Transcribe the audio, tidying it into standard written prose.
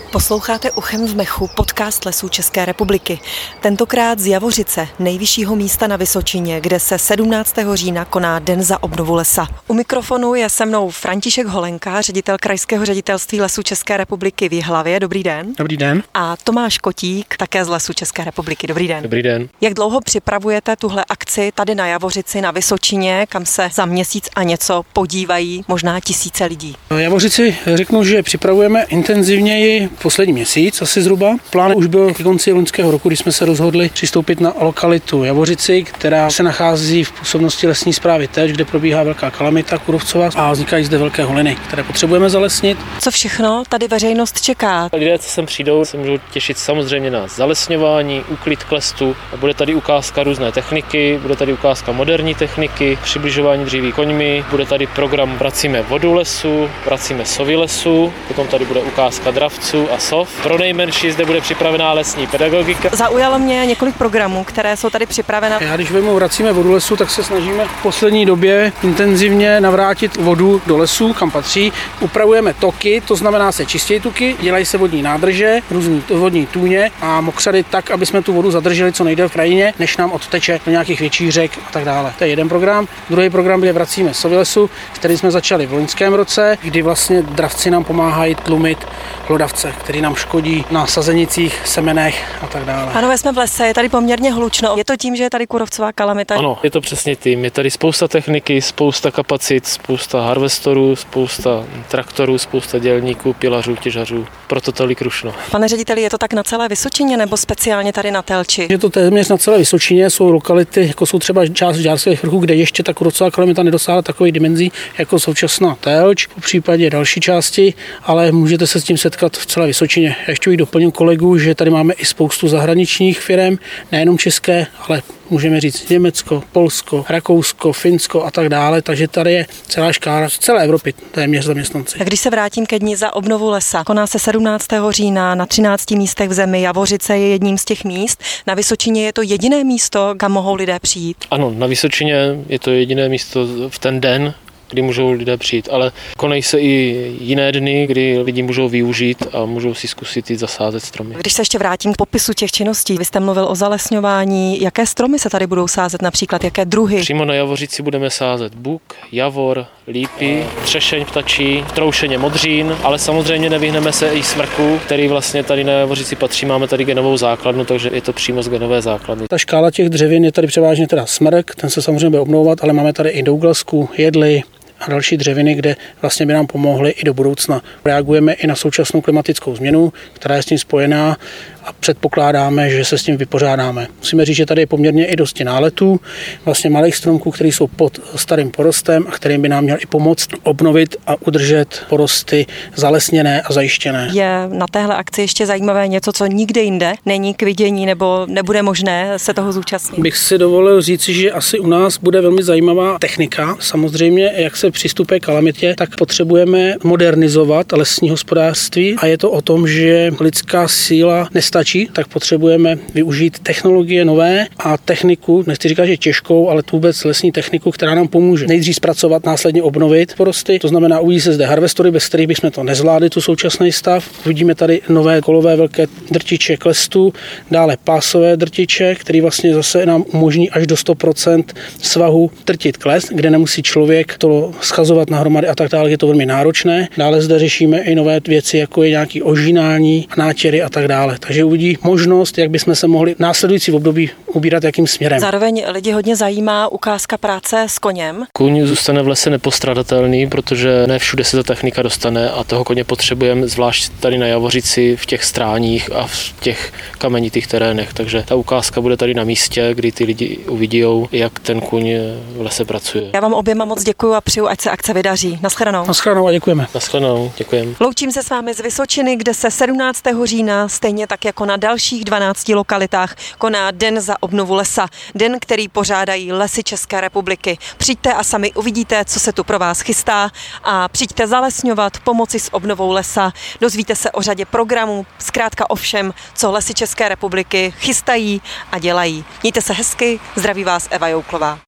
Posloucháte Uchem v mechu podcast Lesů České republiky. Tentokrát z Javořice, nejvyššího místa na Vysočině, kde se 17. října koná Den za obnovu lesa. U mikrofonu je se mnou František Holenka, ředitel Krajského ředitelství Lesů České republiky v Jihlavě. Dobrý den. Dobrý den. A Tomáš Kotík, také z Lesů České republiky. Dobrý den. Dobrý den. Jak dlouho připravujete tuhle akci tady na Javořici, na Vysočině, kam se za měsíc a něco podívají možná tisíce lidí? Javořici řeknu, že připravujeme intenzivněji poslední měsíc asi zhruba. Plán už byl ke konci loňského roku, kdy jsme se rozhodli přistoupit na lokalitu Javořici, která se nachází v působnosti lesní správy Telč, kde probíhá velká kalamita kůrovcová a vznikají zde velké holiny, které potřebujeme zalesnit. Co všechno tady veřejnost čeká? Lidé, co sem přijdou, se můžou těšit samozřejmě na zalesňování, úklid klestu. Bude tady ukázka různé techniky, bude tady ukázka moderní techniky, přibližování dříví koňmi, bude tady program Vracíme vodu lesu, vracíme sovy lesu, potom tady bude ukázka dravců a sov. Pro nejmenší zde bude připravená lesní pedagogika. Zaujalo mě několik programů, které jsou tady připravené. Já když vemu Vracíme vodu lesu, tak se snažíme v poslední době intenzivně navrátit vodu do lesů, kam patří. Upravujeme toky, to znamená se čistějí tuky, dělají se vodní nádrže, různý vodní tůně a mokřady tak, aby jsme tu vodu zadrželi co nejde v krajině, než nám odteče do nějakých větších řek a tak dále. To je jeden program. Druhý program je Vracíme sovy lesu, který jsme začali v loňském roce, kdy vlastně dravci nám pomáhají tlumit hlodavce, který nám škodí na sazenicích, semenech a tak dále. Pánové, jsme v lese, je tady poměrně hlučno. Je to tím, že je tady kůrovcová kalamita? Ano, je to přesně tím. Je tady spousta techniky, spousta kapacit, spousta harvestorů, spousta traktorů, spousta dělníků, pilařů, těžařů. Proto tolik rušno. Pane řediteli, je to tak na celé Vysočině nebo speciálně tady na Telči? Je to téměř na celé Vysočině, jsou lokality, jako jsou třeba část Žďárských vrchů, kde ještě ta kůrovcová kalamita nedosáhla takových dimenzí, jako současná Telč, v případě další části, ale můžete se s tím setkat v celé Vysočině. Já ještě bych doplnil kolegu, že tady máme i spoustu zahraničních firem, nejenom české, ale můžeme říct Německo, Polsko, Rakousko, Finsko a tak dále, takže tady je celá škála z celé Evropy, téměř zaměstnanci. A když se vrátím ke dni za obnovu lesa, koná se 17. října na 13 místech v zemi, Javořice je jedním z těch míst. Na Vysočině je to jediné místo, kam mohou lidé přijít? Ano, na Vysočině je to jediné místo v ten den, kdy můžou lidé přijít, ale konají se i jiné dny, kdy lidi můžou využít a můžou si zkusit jít zasázet stromy. Když se ještě vrátím k popisu těch činností, vy jste mluvil o zalesňování, jaké stromy se tady budou sázet, například jaké druhy? Přímo na Javořici budeme sázet buk, javor, lípy, třešeň ptačí, troušeně modřín, ale samozřejmě nevyhneme se i smrku, který vlastně tady na Javořici patří, máme tady genovou základnu, takže je to přímo z genové základny. Ta škála těch dřevin je tady převážně teda smrk, ten se samozřejmě bude obnovovat, ale máme tady i douglasku, jedli a další dřeviny, kde vlastně by nám pomohly i do budoucna. Reagujeme i na současnou klimatickou změnu, která je s tím spojená a předpokládáme, že se s tím vypořádáme. Musíme říct, že tady je poměrně i dosti náletů, vlastně malých stromků, které jsou pod starým porostem a kterým by nám měl i pomoct obnovit a udržet porosty zalesněné a zajištěné. Je na téhle akci ještě zajímavé něco, co nikde jinde není k vidění nebo nebude možné se toho zúčastnit? Bych si dovolil říci, že asi u nás bude velmi zajímavá technika. Samozřejmě, jak se přistupuje k kalamitě, tak potřebujeme modernizovat lesní hospodářství a je to o tom, že lidská síla nestačí, tak potřebujeme využít technologie nové a techniku, nechci říkat, že těžkou, ale vůbec lesní techniku, která nám pomůže nejdřív zpracovat, následně obnovit porosty. To znamená, uvidí se zde harvestory, bez kterých bychom to nezvládli, tu současný stav. Vidíme tady nové kolové velké drtiče klestu, dále pásové drtiče, který vlastně zase nám umožní až do 100% svahu drtit kles, kde nemusí člověk to schazovat nahromady a tak dále, je to velmi náročné. Dále zde řešíme i nové věci, jako je nějaký ožínání, nátěry a tak dále. Takže uvidí možnost, jak bychom se mohli v následující období ubírat jakým směrem. Zároveň lidi hodně zajímá ukázka práce s koněm. Kůň zůstane v lese nepostradatelný, protože ne všude se ta technika dostane a toho koně potřebujeme zvlášť tady na Javořici v těch stráních a v těch kamenitých terénech. Takže ta ukázka bude tady na místě, kdy ty lidi uvidí, jak ten kůň v lese pracuje. Já vám oběma moc děkuji a přeju, ať se akce vydaří. Naschledanou. Naschledanou a děkujeme. Naschledanou, děkujeme. Loučím se s vámi z Vysočiny, kde se 17. října stejně tak jako na dalších 12 lokalitách koná Den za obnovu lesa. Den, který pořádají Lesy České republiky. Přijďte a sami uvidíte, co se tu pro vás chystá a přijďte zalesňovat, pomoci s obnovou lesa. Dozvíte se o řadě programů, zkrátka o všem, co Lesy České republiky chystají a dělají. Mějte se hezky, zdraví vás Eva Jouklová.